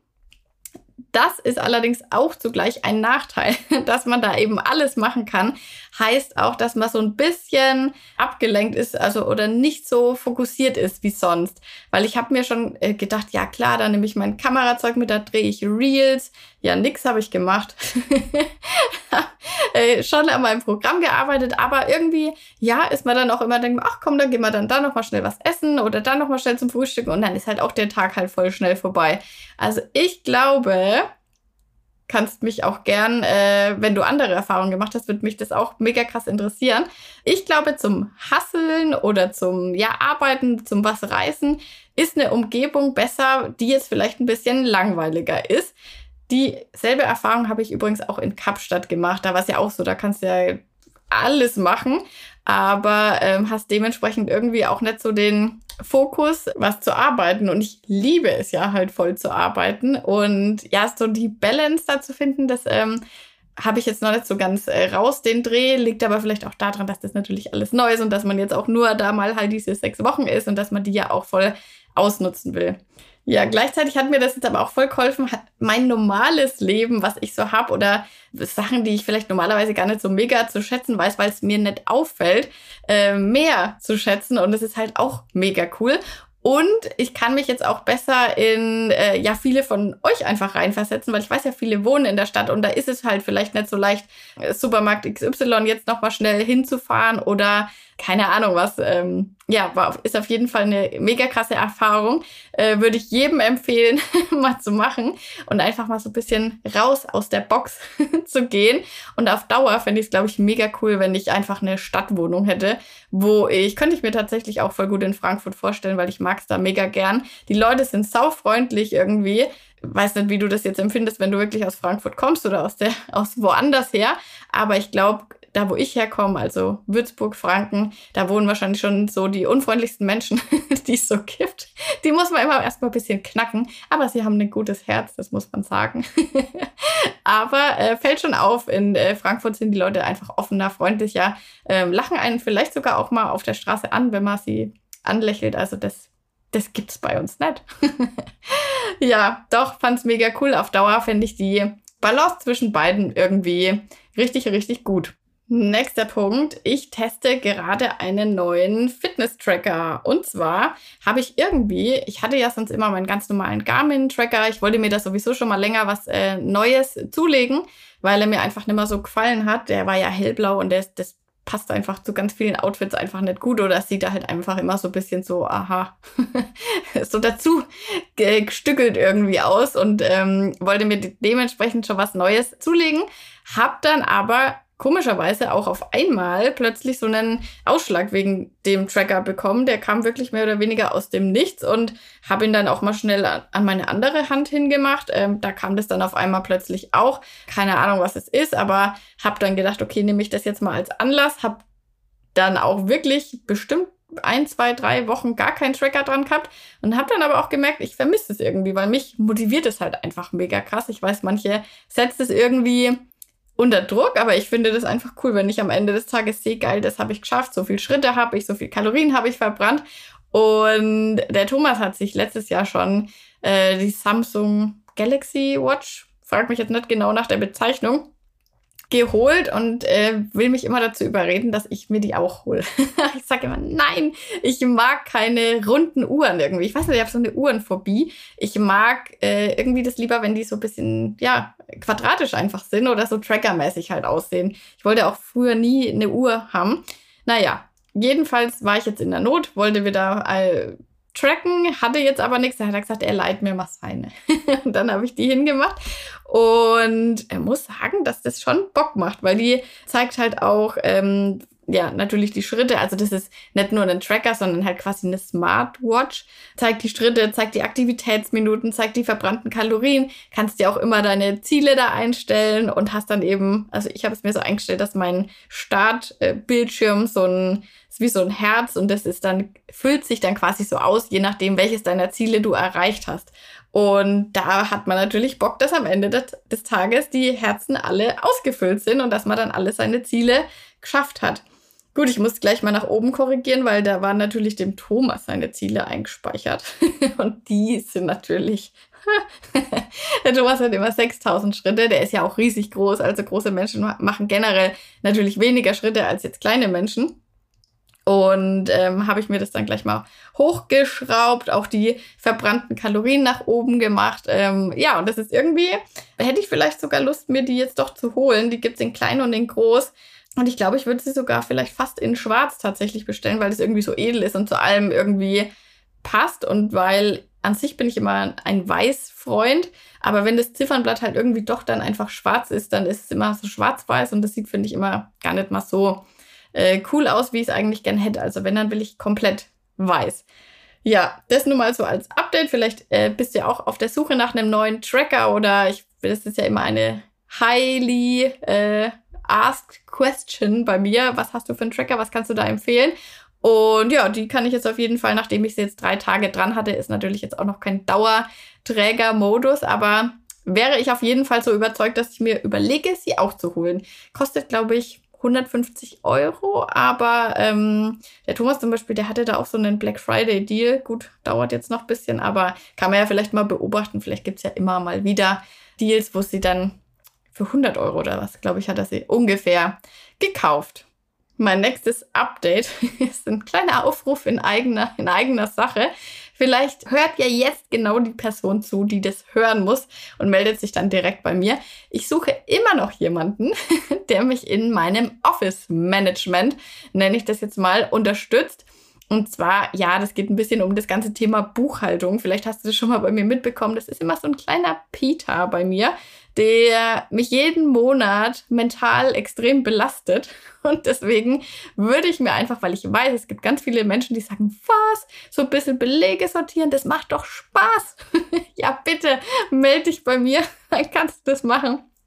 Das ist allerdings auch zugleich ein Nachteil, dass man da eben alles machen kann. Heißt auch, dass man so ein bisschen abgelenkt ist, also oder nicht so fokussiert ist wie sonst. Weil ich habe mir schon äh, gedacht, ja klar, da nehme ich mein Kamerazeug mit, da drehe ich Reels. Ja, nix habe ich gemacht. äh, schon an meinem Programm gearbeitet, aber irgendwie, ja, ist man dann auch immer denkt, ach komm, dann gehen wir dann da noch mal schnell was essen oder dann noch mal schnell zum Frühstücken und dann ist halt auch der Tag halt voll schnell vorbei. Also ich glaube, kannst mich auch gern, äh, wenn du andere Erfahrungen gemacht hast, würde mich das auch mega krass interessieren. Ich glaube, zum Hustlen oder zum ja Arbeiten, zum was reißen, ist eine Umgebung besser, die jetzt vielleicht ein bisschen langweiliger ist. Dieselbe Erfahrung habe ich übrigens auch in Kapstadt gemacht. Da war es ja auch so, da kannst du ja alles machen, aber ähm, hast dementsprechend irgendwie auch nicht so den Fokus, was zu arbeiten. Und ich liebe es ja halt voll zu arbeiten. Und ja, so die Balance da zu finden, das ähm, habe ich jetzt noch nicht so ganz äh, raus, den Dreh. Liegt aber vielleicht auch daran, dass das natürlich alles neu ist und dass man jetzt auch nur da mal halt diese sechs Wochen ist und dass man die ja auch voll ausnutzen will. Ja, gleichzeitig hat mir das jetzt aber auch voll geholfen, mein normales Leben, was ich so habe oder Sachen, die ich vielleicht normalerweise gar nicht so mega zu schätzen weiß, weil es mir nicht auffällt, äh, mehr zu schätzen und das ist halt auch mega cool. Und ich kann mich jetzt auch besser in äh, ja viele von euch einfach reinversetzen, weil ich weiß ja, viele wohnen in der Stadt und da ist es halt vielleicht nicht so leicht, äh, Supermarkt X Y jetzt nochmal schnell hinzufahren oder keine Ahnung was. Ähm, ja, war, ist auf jeden Fall eine mega krasse Erfahrung. Äh, würde ich jedem empfehlen, mal zu machen und einfach mal so ein bisschen raus aus der Box zu gehen. Und auf Dauer fände ich es, glaube ich, mega cool, wenn ich einfach eine Stadtwohnung hätte, wo ich, könnte ich mir tatsächlich auch voll gut in Frankfurt vorstellen, weil ich mag es da mega gern. Die Leute sind saufreundlich irgendwie. Weiß nicht, wie du das jetzt empfindest, wenn du wirklich aus Frankfurt kommst oder aus der aus woanders her. Aber ich glaube, da wo ich herkomme, also Würzburg, Franken, da wohnen wahrscheinlich schon so die unfreundlichsten Menschen, die es so gibt. Die muss man immer erstmal ein bisschen knacken, aber sie haben ein gutes Herz, das muss man sagen. Aber äh, fällt schon auf, in äh, Frankfurt sind die Leute einfach offener, freundlicher, äh, lachen einen vielleicht sogar auch mal auf der Straße an, wenn man sie anlächelt. Also das, das gibt's bei uns nicht. Ja, doch, fand's mega cool. Auf Dauer finde ich die Balance zwischen beiden irgendwie richtig, richtig gut. Nächster Punkt. Ich teste gerade einen neuen Fitness-Tracker. Und zwar habe ich irgendwie, ich hatte ja sonst immer meinen ganz normalen Garmin-Tracker. Ich wollte mir da sowieso schon mal länger was äh, Neues zulegen, weil er mir einfach nicht mehr so gefallen hat. Der war ja hellblau und das, das passt einfach zu ganz vielen Outfits einfach nicht gut. Oder es sieht da halt einfach immer so ein bisschen so, aha, so dazu gestückelt irgendwie aus. Und ähm, wollte mir de- dementsprechend schon was Neues zulegen. Hab dann aber komischerweise auch auf einmal plötzlich so einen Ausschlag wegen dem Tracker bekommen. Der kam wirklich mehr oder weniger aus dem Nichts und habe ihn dann auch mal schnell an meine andere Hand hingemacht. Ähm, da kam das dann auf einmal plötzlich auch. Keine Ahnung, was es ist, aber habe dann gedacht, okay, nehme ich das jetzt mal als Anlass. Habe dann auch wirklich bestimmt ein, zwei, drei Wochen gar keinen Tracker dran gehabt und habe dann aber auch gemerkt, ich vermisse es irgendwie, weil mich motiviert es halt einfach mega krass. Ich weiß, manche setzt es irgendwie unter Druck, aber ich finde das einfach cool, wenn ich am Ende des Tages sehe, geil, das habe ich geschafft, so viele Schritte habe ich, so viele Kalorien habe ich verbrannt. Und der Thomas hat sich letztes Jahr schon äh, die Samsung Galaxy Watch, frag mich jetzt nicht genau nach der Bezeichnung, geholt und äh, will mich immer dazu überreden, dass ich mir die auch hole. Ich sage immer, nein, ich mag keine runden Uhren irgendwie. Ich weiß nicht, ich habe so eine Uhrenphobie. Ich mag äh, irgendwie das lieber, wenn die so ein bisschen, ja, quadratisch einfach sind oder so trackermäßig halt aussehen. Ich wollte auch früher nie eine Uhr haben. Naja, jedenfalls war ich jetzt in der Not, wollte wieder äh, tracken, hatte jetzt aber nichts. Da hat er gesagt, er leiht mir mal seine. Und dann habe ich die hingemacht. Und er muss sagen, dass das schon Bock macht, weil die zeigt halt auch, ähm, ja, natürlich die Schritte. Also das ist nicht nur ein Tracker, sondern halt quasi eine Smartwatch. Zeigt die Schritte, zeigt die Aktivitätsminuten, zeigt die verbrannten Kalorien. Kannst dir auch immer deine Ziele da einstellen und hast dann eben, also ich habe es mir so eingestellt, dass mein Startbildschirm so ein, ist wie so ein Herz und das ist dann, füllt sich dann quasi so aus, je nachdem, welches deiner Ziele du erreicht hast. Und da hat man natürlich Bock, dass am Ende des, des Tages die Herzen alle ausgefüllt sind und dass man dann alle seine Ziele geschafft hat. Gut, ich muss gleich mal nach oben korrigieren, weil da waren natürlich dem Thomas seine Ziele eingespeichert. Und die sind natürlich... Der Thomas hat immer sechstausend Schritte, der ist ja auch riesig groß. Also große Menschen machen generell natürlich weniger Schritte als jetzt kleine Menschen. Und ähm, habe ich mir das dann gleich mal hochgeschraubt, auch die verbrannten Kalorien nach oben gemacht. Ähm, ja, und das ist irgendwie, hätte ich vielleicht sogar Lust, mir die jetzt doch zu holen. Die gibt's in klein und in groß. Und ich glaube, ich würde sie sogar vielleicht fast in schwarz tatsächlich bestellen, weil das irgendwie so edel ist und zu allem irgendwie passt. Und weil an sich bin ich immer ein Weiß-Freund. Aber wenn das Ziffernblatt halt irgendwie doch dann einfach schwarz ist, dann ist es immer so schwarz-weiß. Und das sieht, finde ich, immer gar nicht mal so Äh, cool aus, wie ich es eigentlich gern hätte. Also wenn, dann will ich komplett weiß. Ja, das nur mal so als Update. Vielleicht äh, bist du ja auch auf der Suche nach einem neuen Tracker oder ich, das ist ja immer eine highly äh, asked question bei mir. Was hast du für einen Tracker? Was kannst du da empfehlen? Und ja, die kann ich jetzt auf jeden Fall, nachdem ich sie jetzt drei Tage dran hatte, ist natürlich jetzt auch noch kein Dauerträger-Modus, aber wäre ich auf jeden Fall so überzeugt, dass ich mir überlege, sie auch zu holen. Kostet, glaube ich, hundertfünfzig Euro, aber ähm, der Thomas zum Beispiel, der hatte da auch so einen Black Friday Deal. Gut, dauert jetzt noch ein bisschen, aber kann man ja vielleicht mal beobachten. Vielleicht gibt's ja immer mal wieder Deals, wo sie dann für hundert Euro oder was, glaube ich, hat er sie ungefähr gekauft. Mein nächstes Update ist ein kleiner Aufruf in eigener, in eigener Sache. Vielleicht hört ja jetzt genau die Person zu, die das hören muss und meldet sich dann direkt bei mir. Ich suche immer noch jemanden, der mich in meinem Office-Management, nenne ich das jetzt mal, unterstützt. Und zwar, ja, das geht ein bisschen um das ganze Thema Buchhaltung. Vielleicht hast du das schon mal bei mir mitbekommen. Das ist immer so ein kleiner Peter bei mir, der mich jeden Monat mental extrem belastet. Und deswegen würde ich mir einfach, weil ich weiß, es gibt ganz viele Menschen, die sagen, was, so ein bisschen Belege sortieren, das macht doch Spaß. Ja, bitte, melde dich bei mir, dann kannst du das machen.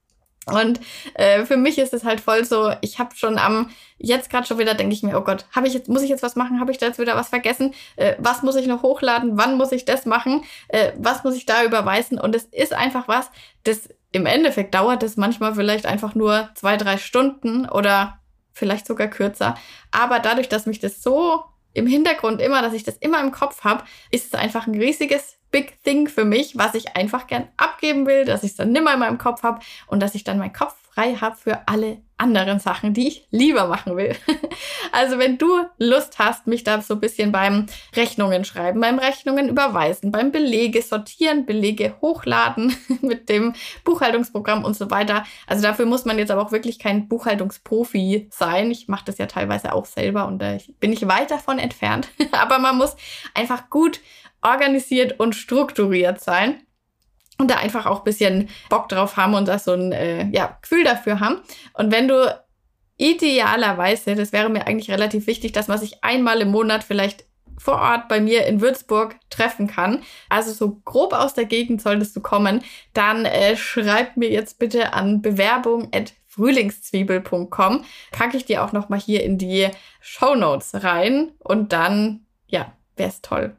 Und äh, für mich ist es halt voll so, ich habe schon am, jetzt gerade schon wieder, denke ich mir, oh Gott, habe ich jetzt, muss ich jetzt was machen? Habe ich da jetzt wieder was vergessen? Äh, was muss ich noch hochladen? Wann muss ich das machen? Äh, was muss ich da überweisen? Und es ist einfach was, das im Endeffekt dauert es manchmal vielleicht einfach nur zwei, drei Stunden oder vielleicht sogar kürzer. Aber dadurch, dass mich das so im Hintergrund immer, dass ich das immer im Kopf habe, ist es einfach ein riesiges Big Thing für mich, was ich einfach gern abgeben will, dass ich es dann nimmer in meinem Kopf habe und dass ich dann meinen Kopf frei habe für alle anderen Sachen, die ich lieber machen will. Also wenn du Lust hast, mich da so ein bisschen beim Rechnungen schreiben, beim Rechnungen überweisen, beim Belege sortieren, Belege hochladen mit dem Buchhaltungsprogramm und so weiter. Also dafür muss man jetzt aber auch wirklich kein Buchhaltungsprofi sein. Ich mache das ja teilweise auch selber und da bin ich weit davon entfernt. Aber man muss einfach gut organisiert und strukturiert sein. Und da einfach auch ein bisschen Bock drauf haben und da so ein äh, ja, Gefühl dafür haben. Und wenn du idealerweise, das wäre mir eigentlich relativ wichtig, dass man sich einmal im Monat vielleicht vor Ort bei mir in Würzburg treffen kann, also so grob aus der Gegend solltest du kommen, dann äh, schreib mir jetzt bitte an bewerbung at frühlingszwiebel punkt com. Packe ich dir auch nochmal hier in die Shownotes rein und dann, ja, wär's toll.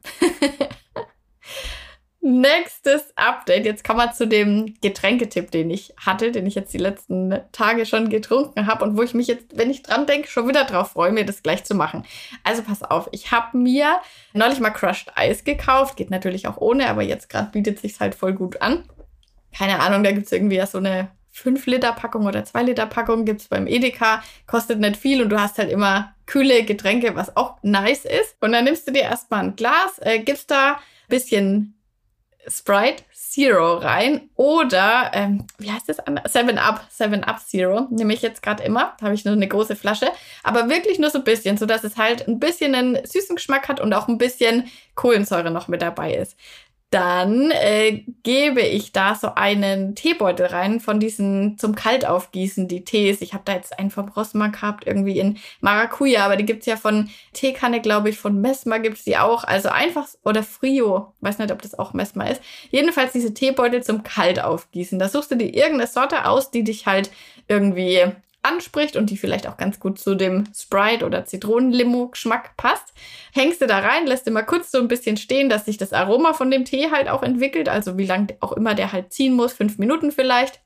Nächstes Update. Jetzt kommen wir zu dem Getränketipp, den ich hatte, den ich jetzt die letzten Tage schon getrunken habe und wo ich mich jetzt, wenn ich dran denke, schon wieder drauf freue, mir das gleich zu machen. Also pass auf, ich habe mir neulich mal Crushed Eis gekauft. Geht natürlich auch ohne, aber jetzt gerade bietet sich's halt voll gut an. Keine Ahnung, da gibt's irgendwie ja so eine fünf Liter Packung oder zwei Liter Packung gibt's beim Edeka. Kostet nicht viel und du hast halt immer kühle Getränke, was auch nice ist. Und dann nimmst du dir erstmal ein Glas, äh, gibst da ein bisschen Sprite Zero rein oder, ähm, wie heißt das? seven up, seven up Zero nehme ich jetzt gerade immer. Da habe ich nur eine große Flasche. Aber wirklich nur so ein bisschen, sodass es halt ein bisschen einen süßen Geschmack hat und auch ein bisschen Kohlensäure noch mit dabei ist. Dann äh, gebe ich da so einen Teebeutel rein von diesen zum Kaltaufgießen, die Tees. Ich habe da jetzt einen vom Rossmann gehabt, irgendwie in Maracuja, aber die gibt's ja von Teekanne, glaube ich, von Messmer gibt's die auch. Also einfach, oder Frio, weiß nicht, ob das auch Messmer ist. Jedenfalls diese Teebeutel zum Kaltaufgießen. Da suchst du dir irgendeine Sorte aus, die dich halt irgendwie anspricht und die vielleicht auch ganz gut zu dem Sprite oder Zitronenlimo-Geschmack passt. Hängst du da rein, lässt du mal kurz so ein bisschen stehen, dass sich das Aroma von dem Tee halt auch entwickelt, also wie lange auch immer der halt ziehen muss, fünf Minuten vielleicht.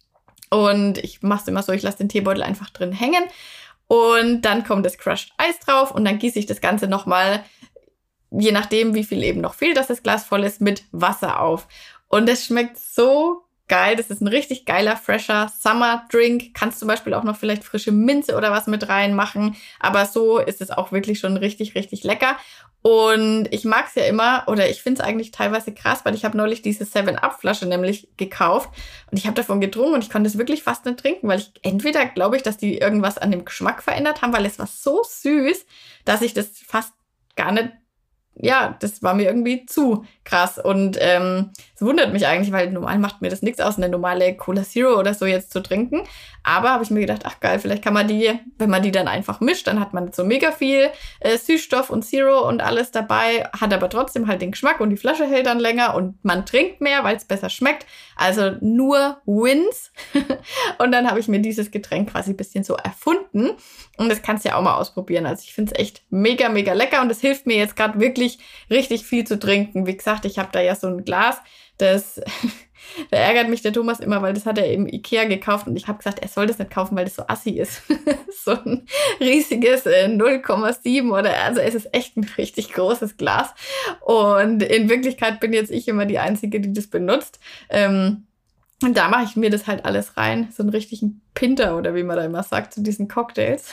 Und ich mache es immer so, ich lasse den Teebeutel einfach drin hängen und dann kommt das Crushed Eis drauf und dann gieße ich das Ganze nochmal, je nachdem wie viel eben noch fehlt, dass das Glas voll ist, mit Wasser auf. Und es schmeckt so geil, das ist ein richtig geiler, fresher Summer-Drink. Kannst zum Beispiel auch noch vielleicht frische Minze oder was mit reinmachen. Aber so ist es auch wirklich schon richtig, richtig lecker. Und ich mag es ja immer, oder ich finde es eigentlich teilweise krass, weil ich habe neulich diese seven up Flasche nämlich gekauft. Und ich habe davon getrunken und ich konnte es wirklich fast nicht trinken, weil ich entweder glaube ich, dass die irgendwas an dem Geschmack verändert haben, weil es war so süß, dass ich das fast gar nicht, ja, das war mir irgendwie zu krass und ähm, es wundert mich eigentlich, weil normal macht mir das nichts aus, eine normale Cola Zero oder so jetzt zu trinken. Aber habe ich mir gedacht, ach geil, vielleicht kann man die, wenn man die dann einfach mischt, dann hat man so mega viel äh, Süßstoff und Zero und alles dabei, hat aber trotzdem halt den Geschmack und die Flasche hält dann länger und man trinkt mehr, weil es besser schmeckt. Also nur Wins. Und dann habe ich mir dieses Getränk quasi ein bisschen so erfunden und das kannst du ja auch mal ausprobieren. Also ich finde es echt mega, mega lecker und es hilft mir jetzt gerade wirklich richtig viel zu trinken. Wie gesagt, ich habe da ja so ein Glas, das, da ärgert mich der Thomas immer, weil das hat er im Ikea gekauft und ich habe gesagt, er soll das nicht kaufen, weil das so assi ist. So ein riesiges äh, null Komma sieben oder, also es ist echt ein richtig großes Glas und in Wirklichkeit bin jetzt ich immer die Einzige, die das benutzt. Ähm, und da mache ich mir das halt alles rein, so einen richtigen Pinter oder wie man da immer sagt, zu diesen Cocktails.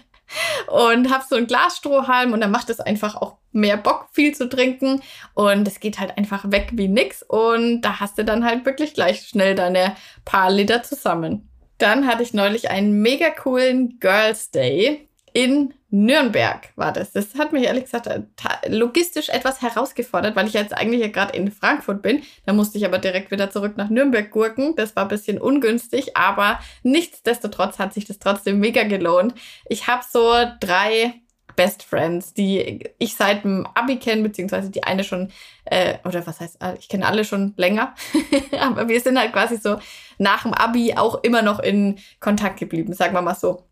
Und hab so ein Glasstrohhalm und dann macht es einfach auch mehr Bock, viel zu trinken und es geht halt einfach weg wie nix und da hast du dann halt wirklich gleich schnell deine paar Liter zusammen. Dann hatte ich neulich einen mega coolen Girls Day in Nürnberg war das. Das hat mich ehrlich gesagt logistisch etwas herausgefordert, weil ich jetzt eigentlich ja gerade in Frankfurt bin. Da musste ich aber direkt wieder zurück nach Nürnberg gurken. Das war ein bisschen ungünstig, aber nichtsdestotrotz hat sich das trotzdem mega gelohnt. Ich habe so drei Best Friends, die ich seit dem Abi kenne, beziehungsweise die eine schon, äh, oder was heißt, ich kenne alle schon länger, aber wir sind halt quasi so nach dem Abi auch immer noch in Kontakt geblieben, sagen wir mal so.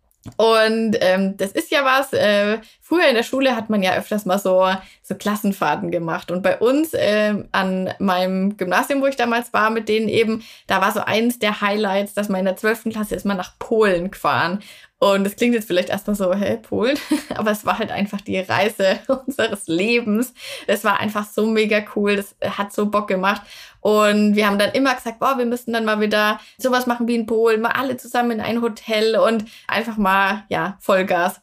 Und ähm, das ist ja was, äh, früher in der Schule hat man ja öfters mal so, so Klassenfahrten gemacht. Und bei uns äh, an meinem Gymnasium, wo ich damals war, mit denen eben, da war so eins der Highlights, dass man in der zwölften Klasse ist man nach Polen gefahren. Und das klingt jetzt vielleicht erstmal so, hä, Polen? Aber es war halt einfach die Reise unseres Lebens. Das war einfach so mega cool. Das hat so Bock gemacht. Und wir haben dann immer gesagt, boah, wir müssen dann mal wieder sowas machen wie in Polen, mal alle zusammen in ein Hotel und einfach mal, ja, Vollgas.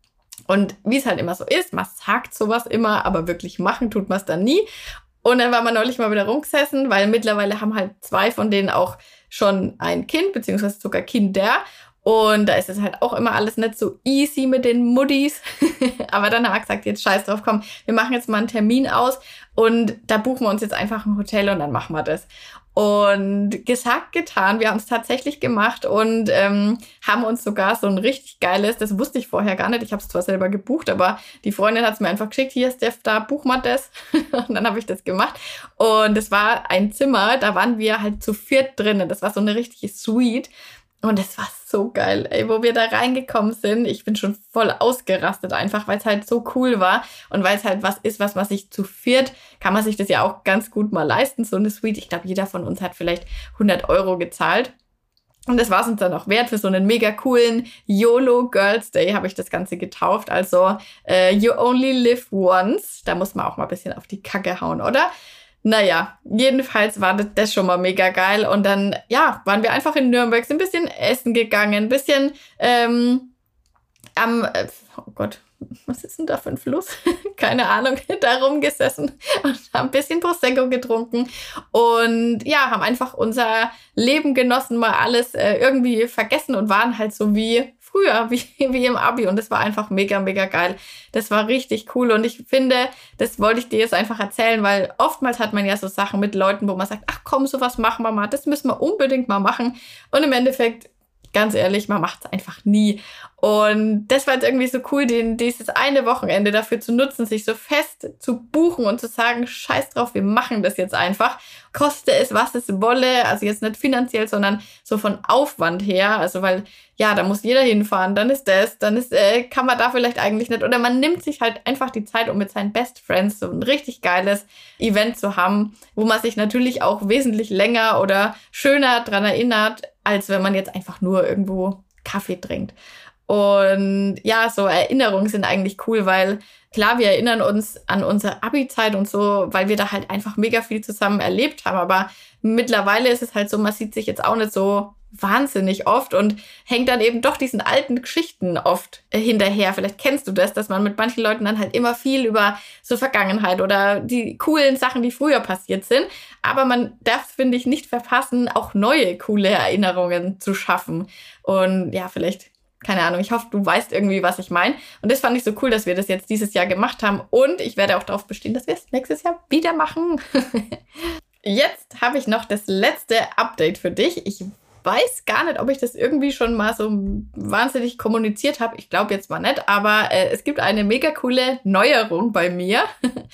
Und wie es halt immer so ist, man sagt sowas immer, aber wirklich machen tut man es dann nie. Und dann war man neulich mal wieder rumgesessen, weil mittlerweile haben halt zwei von denen auch schon ein Kind, beziehungsweise sogar Kinder. Und da ist es halt auch immer alles nicht so easy mit den Muttis. Aber dann haben wir gesagt, jetzt scheiß drauf, komm, wir machen jetzt mal einen Termin aus und da buchen wir uns jetzt einfach ein Hotel und dann machen wir das. Und gesagt, getan, wir haben es tatsächlich gemacht und ähm, haben uns sogar so ein richtig geiles, das wusste ich vorher gar nicht, ich habe es zwar selber gebucht, aber die Freundin hat es mir einfach geschickt, hier Steph, da buch mal das. Und dann habe ich das gemacht und es war ein Zimmer, da waren wir halt zu viert drinnen, das war so eine richtige Suite. Und es war so geil, ey, wo wir da reingekommen sind. Ich bin schon voll ausgerastet einfach, weil es halt so cool war. Und weil es halt was ist, was man sich zu viert, kann man sich das ja auch ganz gut mal leisten, so eine Suite. Ich glaube, jeder von uns hat vielleicht hundert Euro gezahlt. Und das war es uns dann auch wert für so einen mega coolen YOLO Girls Day, habe ich das Ganze getauft. Also äh, You Only Live Once. Da muss man auch mal ein bisschen auf die Kacke hauen, oder? Naja, jedenfalls war das, das schon mal mega geil. Und dann, ja, waren wir einfach in Nürnberg, sind ein bisschen essen gegangen, ein bisschen ähm, am, äh, oh Gott, was ist denn da für ein Fluss? Keine Ahnung, da rumgesessen und haben ein bisschen Prosecco getrunken. Und ja, haben einfach unser Leben genossen, mal alles äh, irgendwie vergessen und waren halt so wie früher, wie, wie im Abi. Und das war einfach mega, mega geil. Das war richtig cool. Und ich finde, das wollte ich dir jetzt einfach erzählen, weil oftmals hat man ja so Sachen mit Leuten, wo man sagt, ach komm, sowas machen wir mal, das müssen wir unbedingt mal machen. Und im Endeffekt, ganz ehrlich, man macht es einfach nie. Und das war jetzt irgendwie so cool, den, dieses eine Wochenende dafür zu nutzen, sich so fest zu buchen und zu sagen, scheiß drauf, wir machen das jetzt einfach. Koste es, was es wolle. Also jetzt nicht finanziell, sondern so von Aufwand her. Also weil, ja, da muss jeder hinfahren, dann ist das, dann ist, äh, kann man da vielleicht eigentlich nicht. Oder man nimmt sich halt einfach die Zeit, um mit seinen Best Friends so ein richtig geiles Event zu haben, wo man sich natürlich auch wesentlich länger oder schöner dran erinnert, als wenn man jetzt einfach nur irgendwo Kaffee trinkt. Und ja, so Erinnerungen sind eigentlich cool, weil klar, wir erinnern uns an unsere Abi-Zeit und so, weil wir da halt einfach mega viel zusammen erlebt haben. Aber mittlerweile ist es halt so, man sieht sich jetzt auch nicht so wahnsinnig oft und hängt dann eben doch diesen alten Geschichten oft hinterher. Vielleicht kennst du das, dass man mit manchen Leuten dann halt immer viel über so Vergangenheit oder die coolen Sachen, die früher passiert sind. Aber man darf, finde ich, nicht verpassen, auch neue coole Erinnerungen zu schaffen. Und ja, vielleicht, keine Ahnung, ich hoffe, du weißt irgendwie, was ich meine. Und das fand ich so cool, dass wir das jetzt dieses Jahr gemacht haben. Und ich werde auch darauf bestehen, dass wir es nächstes Jahr wieder machen. Jetzt habe ich noch das letzte Update für dich. Ich weiß gar nicht, ob ich das irgendwie schon mal so wahnsinnig kommuniziert habe. Ich glaube jetzt mal nicht, aber äh, es gibt eine mega coole Neuerung bei mir.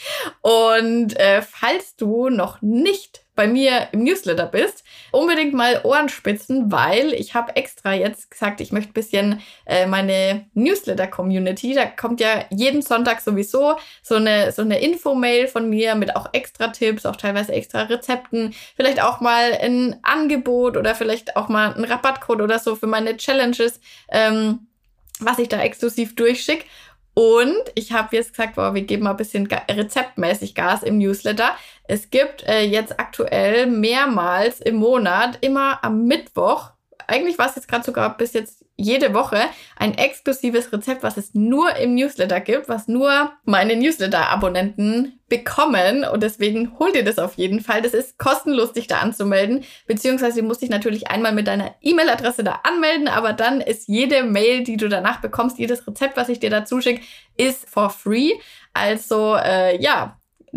Und äh, falls du noch nicht bei mir im Newsletter bist, unbedingt mal Ohren spitzen, weil ich habe extra jetzt gesagt, ich möchte ein bisschen äh, meine Newsletter-Community, da kommt ja jeden Sonntag sowieso so eine, so eine Info-Mail von mir mit auch extra Tipps, auch teilweise extra Rezepten, vielleicht auch mal ein Angebot oder vielleicht auch mal ein Rabattcode oder so für meine Challenges, ähm, was ich da exklusiv durchschicke. Und ich habe jetzt gesagt, boah, wir geben mal ein bisschen rezeptmäßig Gas im Newsletter. Es gibt äh, jetzt aktuell mehrmals im Monat, immer am Mittwoch, eigentlich war es jetzt gerade sogar bis jetzt jede Woche, ein exklusives Rezept, was es nur im Newsletter gibt, was nur meine Newsletter-Abonnenten bekommen. Und deswegen hol dir das auf jeden Fall. Das ist kostenlos, dich da anzumelden. Beziehungsweise du musst dich natürlich einmal mit deiner E-Mail-Adresse da anmelden. Aber dann ist jede Mail, die du danach bekommst, jedes Rezept, was ich dir dazu schicke, ist for free. Also, äh, ja,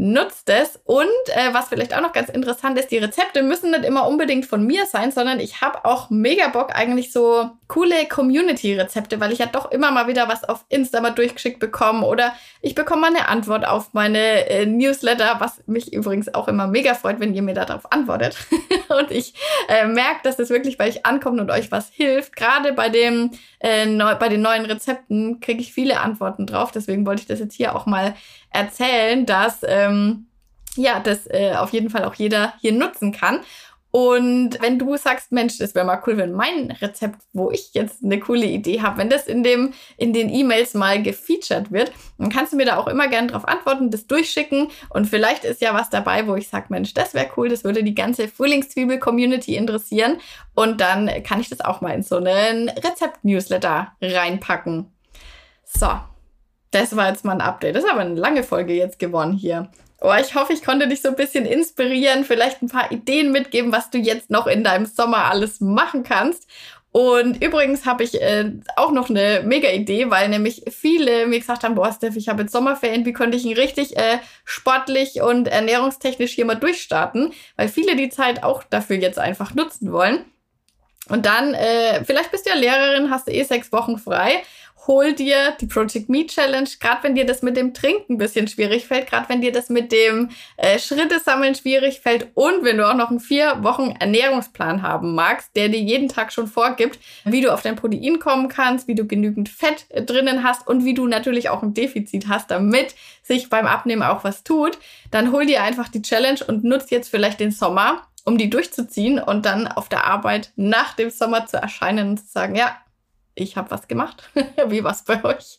nutzt es. Und äh, was vielleicht auch noch ganz interessant ist, die Rezepte müssen nicht immer unbedingt von mir sein, sondern ich habe auch mega Bock eigentlich so coole Community-Rezepte, weil ich ja doch immer mal wieder was auf Insta mal durchgeschickt bekomme oder ich bekomme mal eine Antwort auf meine äh, Newsletter, was mich übrigens auch immer mega freut, wenn ihr mir darauf antwortet. Und ich äh, merke, dass das wirklich bei euch ankommt und euch was hilft. Gerade bei dem äh, neu, bei den neuen Rezepten kriege ich viele Antworten drauf. Deswegen wollte ich das jetzt hier auch mal erzählen, dass ähm, ja, das äh, auf jeden Fall auch jeder hier nutzen kann. Und wenn du sagst, Mensch, das wäre mal cool, wenn mein Rezept, wo ich jetzt eine coole Idee habe, wenn das in dem in den E-Mails mal gefeatured wird, dann kannst du mir da auch immer gerne drauf antworten, das durchschicken und vielleicht ist ja was dabei, wo ich sage, Mensch, das wäre cool, das würde die ganze Frühlingszwiebel-Community interessieren und dann kann ich das auch mal in so einen Rezept-Newsletter reinpacken. So, das war jetzt mal ein Update. Das ist aber eine lange Folge jetzt geworden hier. Oh, ich hoffe, ich konnte dich so ein bisschen inspirieren, vielleicht ein paar Ideen mitgeben, was du jetzt noch in deinem Sommer alles machen kannst. Und übrigens habe ich äh, auch noch eine mega Idee, weil nämlich viele mir gesagt haben, boah, Steph, ich habe jetzt Sommerferien, wie könnte ich ihn richtig äh, sportlich und ernährungstechnisch hier mal durchstarten? Weil viele die Zeit auch dafür jetzt einfach nutzen wollen. Und dann, äh, vielleicht bist du ja Lehrerin, hast du eh sechs Wochen frei. Hol dir die Project Me Challenge, gerade wenn dir das mit dem Trinken ein bisschen schwierig fällt, gerade wenn dir das mit dem äh, Schritte-Sammeln schwierig fällt und wenn du auch noch einen vier Wochen Ernährungsplan haben magst, der dir jeden Tag schon vorgibt, wie du auf dein Protein kommen kannst, wie du genügend Fett äh, drinnen hast und wie du natürlich auch ein Defizit hast, damit sich beim Abnehmen auch was tut, dann hol dir einfach die Challenge und nutz jetzt vielleicht den Sommer, um die durchzuziehen und dann auf der Arbeit nach dem Sommer zu erscheinen und zu sagen, ja, ich habe was gemacht. Wie war's bei euch?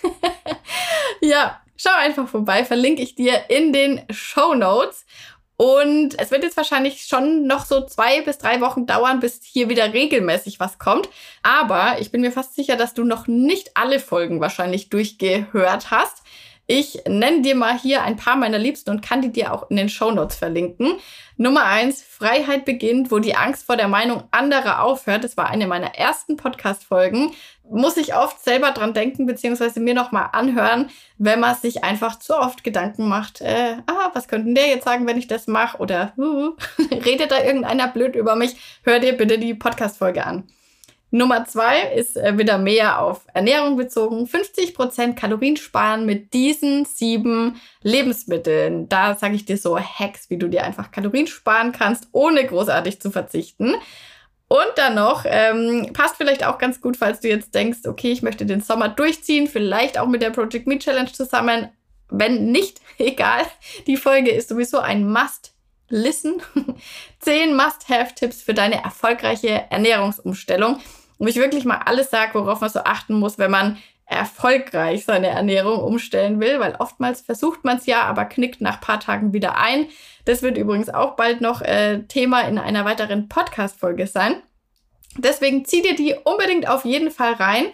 Ja, schau einfach vorbei, verlinke ich dir in den Shownotes. Und es wird jetzt wahrscheinlich schon noch so zwei bis drei Wochen dauern, bis hier wieder regelmäßig was kommt. Aber ich bin mir fast sicher, dass du noch nicht alle Folgen wahrscheinlich durchgehört hast. Ich nenne dir mal hier ein paar meiner Liebsten und kann die dir auch in den Shownotes verlinken. Nummer eins, Freiheit beginnt, wo die Angst vor der Meinung anderer aufhört. Das war eine meiner ersten Podcast-Folgen. Muss ich oft selber dran denken, beziehungsweise mir nochmal anhören, wenn man sich einfach zu oft Gedanken macht, äh, ah, was könnte der jetzt sagen, wenn ich das mache? Oder uh, redet da irgendeiner blöd über mich? Hör dir bitte die Podcast-Folge an. Nummer zwei ist äh, wieder mehr auf Ernährung bezogen. fünfzig Prozent Kalorien sparen mit diesen sieben Lebensmitteln. Da sage ich dir so Hacks, wie du dir einfach Kalorien sparen kannst, ohne großartig zu verzichten. Und dann noch, ähm, passt vielleicht auch ganz gut, falls du jetzt denkst, okay, ich möchte den Sommer durchziehen, vielleicht auch mit der Project Me Challenge zusammen. Wenn nicht, egal, die Folge ist sowieso ein Must-Listen. zehn Must-Have-Tipps für deine erfolgreiche Ernährungsumstellung. Wo ich wirklich mal alles sage, worauf man so achten muss, wenn man erfolgreich seine Ernährung umstellen will, weil oftmals versucht man es ja, aber knickt nach ein paar Tagen wieder ein. Das wird übrigens auch bald noch äh, Thema in einer weiteren Podcast-Folge sein. Deswegen zieh dir die unbedingt auf jeden Fall rein.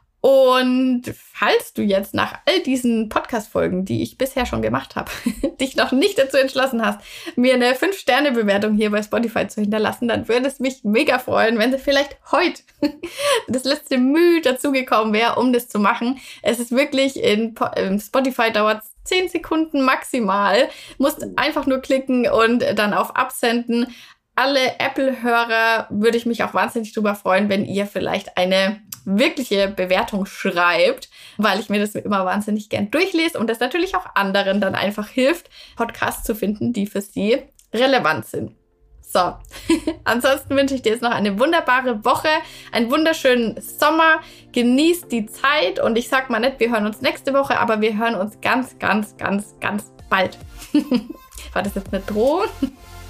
Und falls du jetzt nach all diesen Podcast-Folgen, die ich bisher schon gemacht habe, dich noch nicht dazu entschlossen hast, mir eine fünf Sterne Bewertung hier bei Spotify zu hinterlassen, dann würde es mich mega freuen, wenn sie vielleicht heute das letzte Mühe dazugekommen wäre, um das zu machen. Es ist wirklich, in, in Spotify dauert es zehn Sekunden maximal. Musst einfach nur klicken und dann auf Absenden. Alle Apple-Hörer würde ich mich auch wahnsinnig drüber freuen, wenn ihr vielleicht eine wirkliche Bewertung schreibt, weil ich mir das immer wahnsinnig gern durchlese und das natürlich auch anderen dann einfach hilft, Podcasts zu finden, die für sie relevant sind. So, ansonsten wünsche ich dir jetzt noch eine wunderbare Woche, einen wunderschönen Sommer, genießt die Zeit und ich sag mal nicht, wir hören uns nächste Woche, aber wir hören uns ganz, ganz, ganz, ganz bald. War das jetzt eine Drohung?